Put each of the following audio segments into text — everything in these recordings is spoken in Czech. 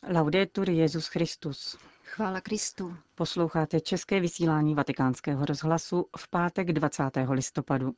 Laudetur Jesus Christus. Chvála Kristu. Posloucháte české vysílání Vatikánského rozhlasu v pátek 20. listopadu.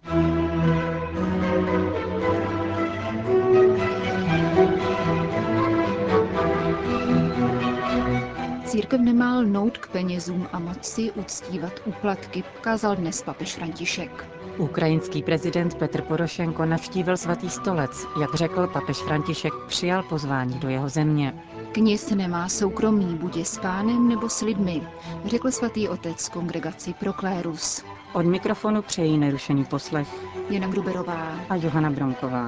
Církev nemá lnout k penězům a moci, uctívat úplatky, kázal dnes papež František. Ukrajinský prezident Petr Porošenko navštívil Svatý stolec. Jak řekl papež František, přijal pozvání do jeho země. Kněz nemá soukromí, buď je s Pánem nebo s lidmi, řekl svatý otec kongregaci pro klérus. Od mikrofonu přejí nerušený poslech Jana Gruberová a Johana Bromková.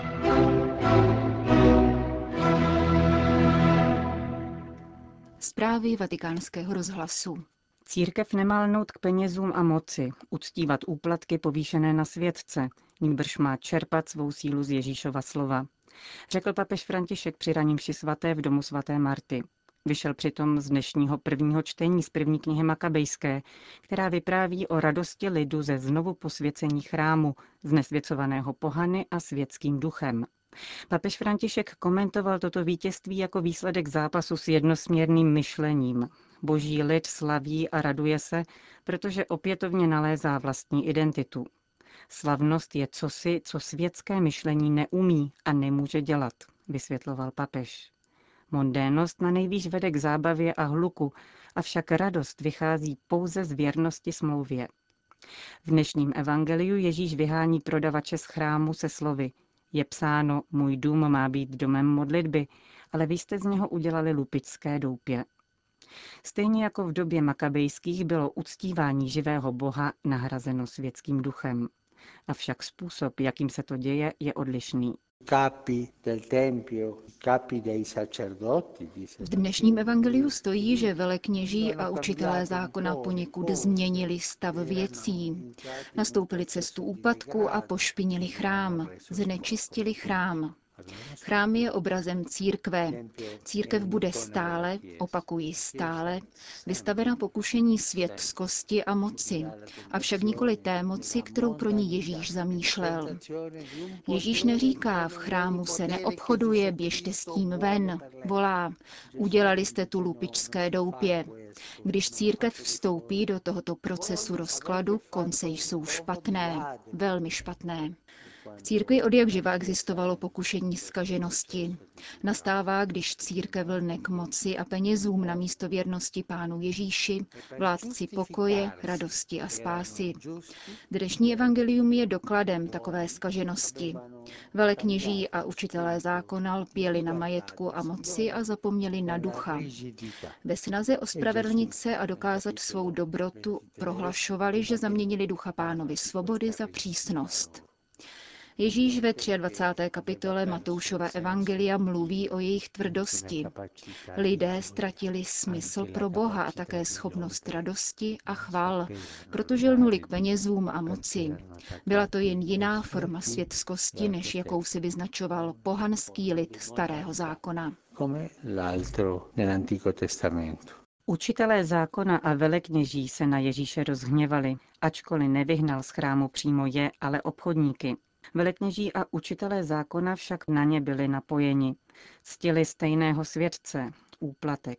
Zprávy Vatikánského rozhlasu. Církev nemá lnout k penězům a moci, uctívat úplatky povýšené na světce, nýbrž má čerpat svou sílu z Ježíšova slova, řekl papež František při raní mši svaté v domu svaté Marty. Vyšel přitom z dnešního prvního čtení z první knihy Makabejské, která vypráví o radosti lidu ze znovu posvěcení chrámu, znesvěcovaného pohany a světským duchem. Papež František komentoval toto vítězství jako výsledek zápasu s jednosměrným myšlením. Boží lid slaví a raduje se, protože opětovně nalézá vlastní identitu. Slavnost je cosi, co světské myšlení neumí a nemůže dělat, vysvětloval papež. Mondénnost nanejvýš vede k zábavě a hluku, avšak radost vychází pouze z věrnosti smlouvě. V dnešním evangeliu Ježíš vyhání prodavače z chrámu se slovy: je psáno, můj dům má být domem modlitby, ale vy jste z něho udělali lupičské doupě. Stejně jako v době makabejských bylo uctívání živého Boha nahrazeno světským duchem. Avšak způsob, jakým se to děje, je odlišný. V dnešním evangeliu stojí, že velekněží a učitelé zákona poněkud změnili stav věcí. Nastoupili cestu úpadku a pošpinili chrám, znečistili chrám. Chrám je obrazem církve. Církev bude stále, opakuji stále, vystavena pokušení světskosti a moci, avšak nikoli té moci, kterou pro ní Ježíš zamýšlel. Ježíš neříká, v chrámu se neobchoduje, běžte s tím ven, volá, udělali jste tu lupičské doupě. Když církev vstoupí do tohoto procesu rozkladu, konce jsou špatné, velmi špatné. V církvi odjakživa existovalo pokušení zkaženosti. Nastává, když církev lne k moci a penězům namísto věrnosti Pánu Ježíši, vládci pokoje, radosti a spásy. Dnešní evangelium je dokladem takové zkaženosti. Velekněží a učitelé zákona lpěli na majetku a moci a zapomněli na ducha. Ve snaze ospravedlnit se a dokázat svou dobrotu prohlašovali, že zaměnili ducha Pánovy svobody za přísnost. Ježíš ve 23. kapitole Matoušova evangelia mluví o jejich tvrdosti. Lidé ztratili smysl pro Boha a také schopnost radosti a chval, protože lnuli k penězům a moci. Byla to jen jiná forma světskosti, než jakou si vyznačoval pohanský lid Starého zákona. Učitelé zákona a velekněží se na Ježíše rozhněvali, ačkoliv nevyhnal z chrámu přímo je, ale obchodníky. Velekněží a učitelé zákona však na ně byli napojeni. Ctili stejného světce, úplatek.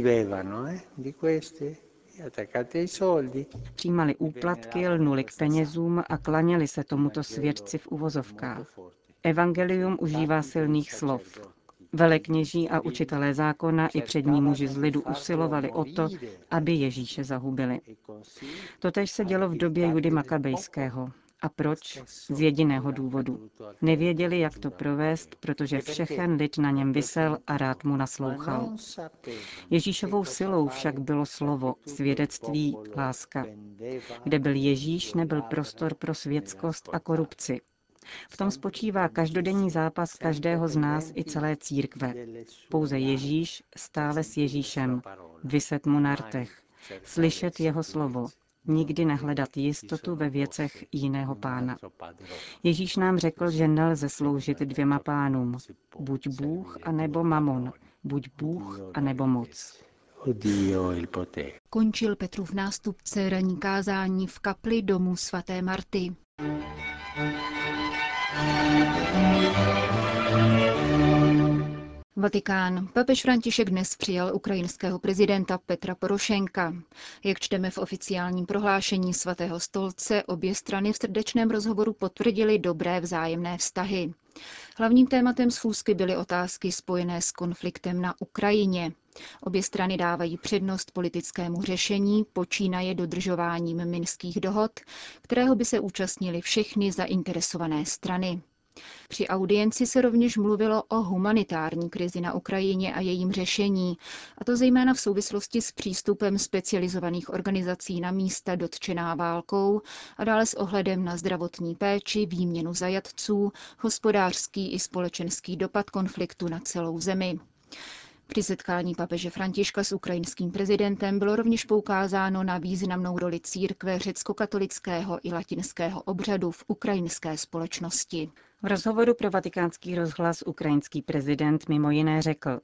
Přijímali úplatky, lnuli k penězům a klaněli se tomuto světci v uvozovkách. Evangelium užívá silných slov. Velekněží a učitelé zákona i přední muži z lidu usilovali o to, aby Ježíše zahubili. Totéž se dělo v době Judy Makabejského. A proč? Z jediného důvodu. Nevěděli, jak to provést, protože všechen lid na něm visel a rád mu naslouchal. Ježíšovou silou však bylo slovo, svědectví, láska. Kde byl Ježíš, nebyl prostor pro světskost a korupci. V tom spočívá každodenní zápas každého z nás i celé církve. Pouze Ježíš, stále s Ježíšem, viset mu na rtech, slyšet jeho slovo, nikdy nehledat jistotu ve věcech jiného pána. Ježíš nám řekl, že nelze sloužit dvěma pánům, buď Bůh a nebo mamon, buď Bůh a nebo moc. Končil Petrův nástupce ranní kázání v kapli domu svaté Marty. Vatikán. Papež František dnes přijal ukrajinského prezidenta Petra Porošenka. Jak čteme v oficiálním prohlášení Svatého stolce, obě strany v srdečném rozhovoru potvrdily dobré vzájemné vztahy. Hlavním tématem schůzky byly otázky spojené s konfliktem na Ukrajině. Obě strany dávají přednost politickému řešení, počínaje dodržováním minských dohod, kterého by se účastnily všechny zainteresované strany. Při audienci se rovněž mluvilo o humanitární krizi na Ukrajině a jejím řešení, a to zejména v souvislosti s přístupem specializovaných organizací na místa dotčená válkou a dále s ohledem na zdravotní péči, výměnu zajatců, hospodářský i společenský dopad konfliktu na celou zemi. Při setkání papeže Františka s ukrajinským prezidentem bylo rovněž poukázáno na významnou roli církve řecko-katolického i latinského obřadu v ukrajinské společnosti. V rozhovoru pro Vatikánský rozhlas ukrajinský prezident mimo jiné řekl: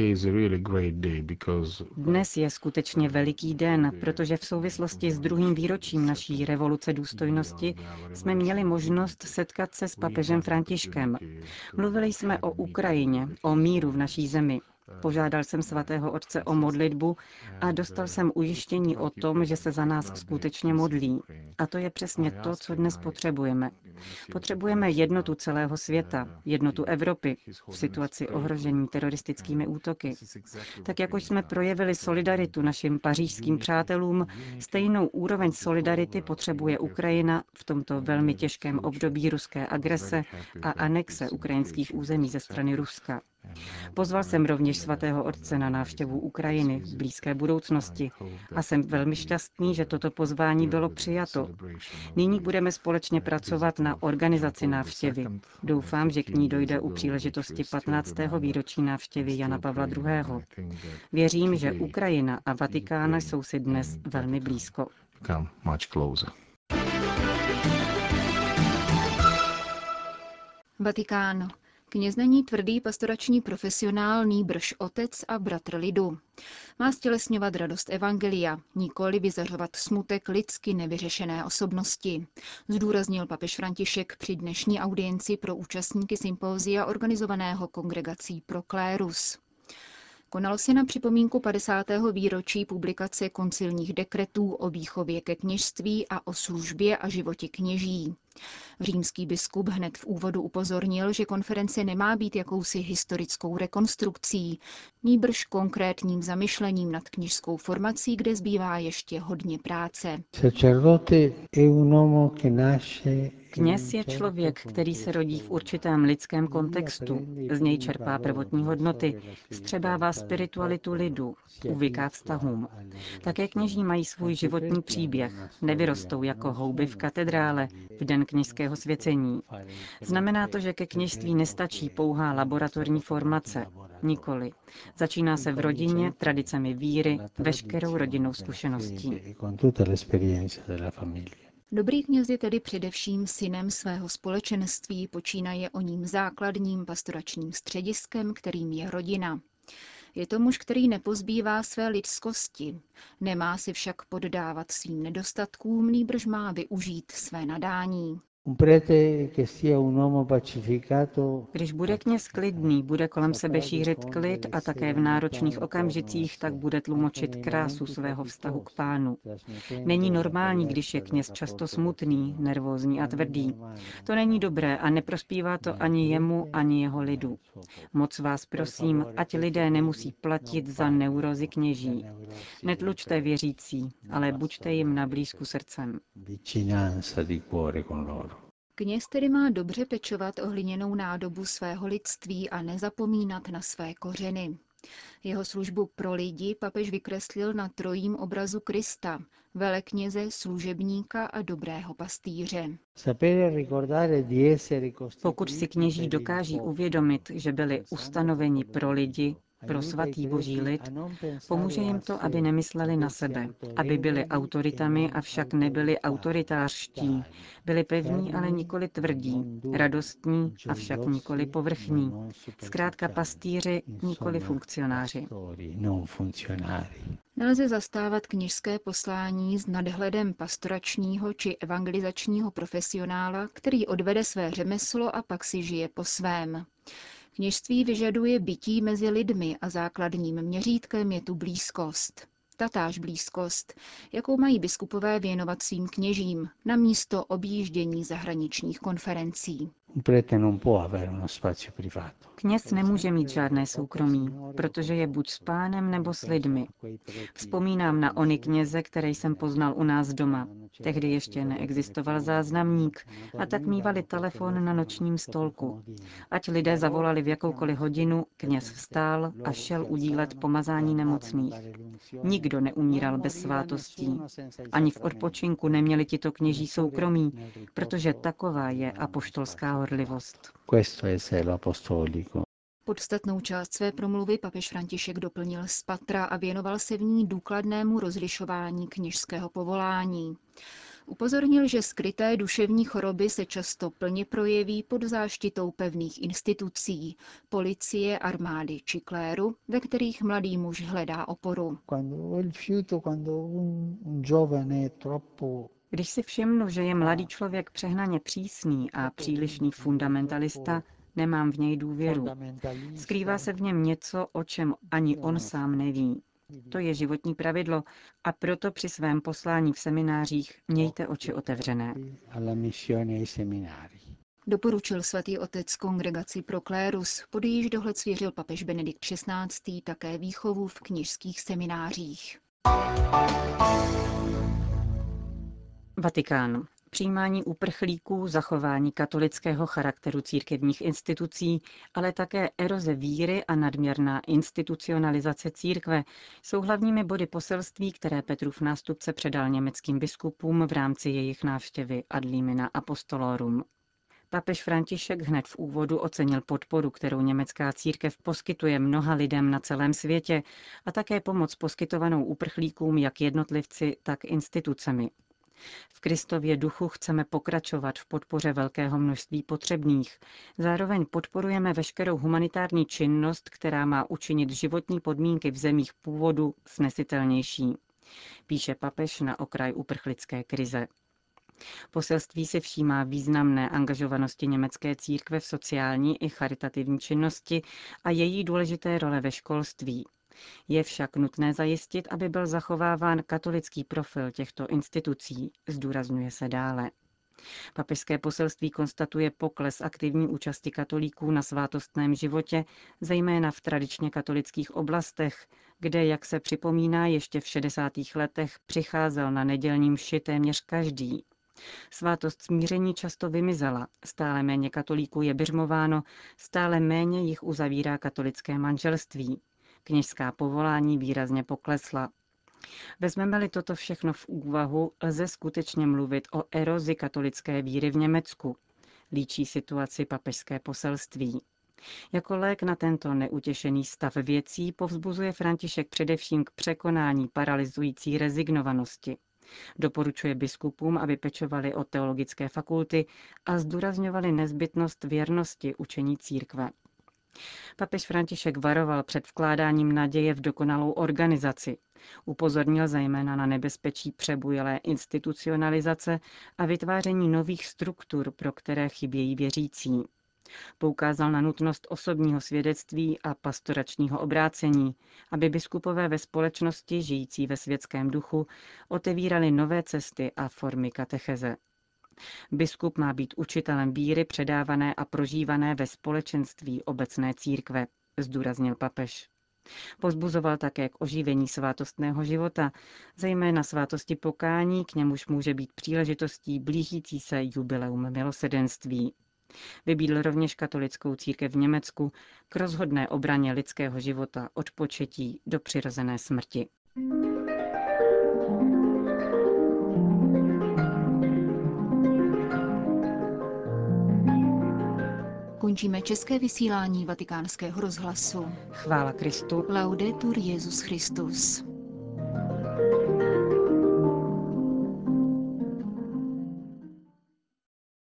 Dnes je skutečně veliký den, protože v souvislosti s druhým výročím naší revoluce důstojnosti jsme měli možnost setkat se s papežem Františkem. Mluvili jsme o Ukrajině, o míru v naší zemi. Požádal jsem svatého otce o modlitbu a dostal jsem ujištění o tom, že se za nás skutečně modlí. A to je přesně to, co dnes potřebujeme. Potřebujeme jednotu celého světa, jednotu Evropy v situaci ohrožení teroristickými útoky. Tak jako jsme projevili solidaritu našim pařížským přátelům, stejnou úroveň solidarity potřebuje Ukrajina v tomto velmi těžkém období ruské agrese a anexe ukrajinských území ze strany Ruska. Pozval jsem rovněž svatého otce na návštěvu Ukrajiny v blízké budoucnosti a jsem velmi šťastný, že toto pozvání bylo přijato. Nyní budeme společně pracovat na organizaci návštěvy. Doufám, že k ní dojde u příležitosti 15. výročí návštěvy Jana Pavla II. Věřím, že Ukrajina a Vatikán jsou si dnes velmi blízko. Vatikán. Kněz není tvrdý pastorační profesionál, nýbrž otec a bratr lidu. Má stělesňovat radost evangelia, nikoli vyzařovat smutek lidsky nevyřešené osobnosti, zdůraznil papež František při dnešní audienci pro účastníky sympózia organizovaného kongregací Pro Clerus. Konalo se na připomínku 50. výročí publikace koncilních dekretů o výchově ke kněžství a o službě a životě kněží. Římský biskup hned v úvodu upozornil, že konference nemá být jakousi historickou rekonstrukcí, nýbrž konkrétním zamyšlením nad kněžskou formací, kde zbývá ještě hodně práce. Kněz je člověk, který se rodí v určitém lidském kontextu, z něj čerpá prvotní hodnoty, vstřebává spiritualitu lidu, uvyká vztahům. Také kněží mají svůj životní příběh, nevyrostou jako houby v katedrále v den kněžského svěcení. Znamená to, že ke kněžství nestačí pouhá laboratorní formace. Nikoli. Začíná se v rodině, tradicemi víry, veškerou rodinnou zkušeností. Dobrý kněz je tedy především synem svého společenství, počínaje o ním základním pastoračním střediskem, kterým je rodina. Je to muž, který nepozbývá své lidskosti, nemá si však poddávat svým nedostatkům, nýbrž má využít své nadání. Když bude kněz klidný, bude kolem sebe šířit klid a také v náročných okamžicích tak bude tlumočit krásu svého vztahu k Pánu. Není normální, když je kněz často smutný, nervózní a tvrdý. To není dobré a neprospívá to ani jemu, ani jeho lidu. Moc vás prosím, ať lidé nemusí platit za neurozy kněží. Netlučte věřící, ale buďte jim na blízku srdcem. Kněz tedy má dobře pečovat o hliněnou nádobu svého lidství a nezapomínat na své kořeny. Jeho službu pro lidi papež vykreslil na trojím obrazu Krista, velekněze, služebníka a dobrého pastýře. Pokud si kněží dokáží uvědomit, že byli ustanoveni pro lidi, pro svatý boží lid, pomůže jim to, aby nemysleli na sebe, aby byli autoritami, avšak nebyli autoritářští, byli pevní, ale nikoli tvrdí, radostní, avšak nikoli povrchní, zkrátka pastýři, nikoli funkcionáři. Nelze zastávat kněžské poslání s nadhledem pastoračního či evangelizačního profesionála, který odvede své řemeslo a pak si žije po svém. Kněžství vyžaduje bytí mezi lidmi a základním měřítkem je tu blízkost. Tatáž blízkost, jakou mají biskupové věnovat svým kněžím, namísto objíždění zahraničních konferencí. Kněz nemůže mít žádné soukromí, protože je buď s Pánem nebo s lidmi. Vzpomínám na ony kněze, které jsem poznal u nás doma. Tehdy ještě neexistoval záznamník a tak mívali telefon na nočním stolku. Ať lidé zavolali v jakoukoliv hodinu, kněz vstál a šel udílet pomazání nemocných. Nikdo neumíral bez svátostí. Ani v odpočinku neměli tito kněží soukromí, protože taková je apoštolská horlivost. Podstatnou část své promluvy papež František doplnil z patra a věnoval se v ní důkladnému rozlišování kněžského povolání. Upozornil, že skryté duševní choroby se často plně projeví pod záštitou pevných institucí, policie, armády či kléru, ve kterých mladý muž hledá oporu. Když si všimnu, že je mladý člověk přehnaně přísný a přílišný fundamentalista, nemám v něj důvěru. Skrývá se v něm něco, o čem ani on sám neví. To je životní pravidlo a proto při svém poslání v seminářích mějte oči otevřené. Doporučil svatý otec kongregaci pro klérus, pod jejíž dohled svěřil papež Benedikt XVI. Také výchovu v kněžských seminářích. Vatikán. Přijímání uprchlíků, zachování katolického charakteru církevních institucí, ale také eroze víry a nadměrná institucionalizace církve jsou hlavními body poselství, které Petrův nástupce předal německým biskupům v rámci jejich návštěvy ad limina apostolorum. Papež František hned v úvodu ocenil podporu, kterou německá církev poskytuje mnoha lidem na celém světě a také pomoc poskytovanou uprchlíkům jak jednotlivci, tak institucemi. V Kristově duchu chceme pokračovat v podpoře velkého množství potřebných. Zároveň podporujeme veškerou humanitární činnost, která má učinit životní podmínky v zemích původu snesitelnější, píše papež na okraj uprchlické krize. Poselství se všímá významné angažovanosti německé církve v sociální i charitativní činnosti a její důležité role ve školství. Je však nutné zajistit, aby byl zachováván katolický profil těchto institucí, zdůrazňuje se dále. Papežské poselství konstatuje pokles aktivní účasti katolíků na svátostném životě, zejména v tradičně katolických oblastech, kde, jak se připomíná, ještě v 60. letech přicházel na nedělní mši téměř každý. Svátost smíření často vymizela, stále méně katolíků je biřmováno, stále méně jich uzavírá katolické manželství. Kněžská povolání výrazně poklesla. Vezmeme-li toto všechno v úvahu, lze skutečně mluvit o erozi katolické víry v Německu, líčí situaci papežské poselství. Jako lék na tento neutěšený stav věcí povzbuzuje František především k překonání paralyzující rezignovanosti. Doporučuje biskupům, aby pečovali o teologické fakulty a zdůrazňovali nezbytnost věrnosti učení církve. Papež František varoval před vkládáním naděje v dokonalou organizaci. Upozornil zejména na nebezpečí přebujelé institucionalizace a vytváření nových struktur, pro které chybějí věřící. Poukázal na nutnost osobního svědectví a pastoračního obrácení, aby biskupové ve společnosti žijící ve světském duchu otevírali nové cesty a formy katecheze. Biskup má být učitelem víry předávané a prožívané ve společenství obecné církve, zdůraznil papež. Povzbuzoval také k oživení svátostného života, zejména svátosti pokání, k němuž může být příležitostí blížící se jubileum milosedenství. Vybídl rovněž katolickou církev v Německu k rozhodné obraně lidského života od početí do přirozené smrti. Končíme české vysílání Vatikánského rozhlasu. Chvála Kristu. Laudetur Jesus Christus.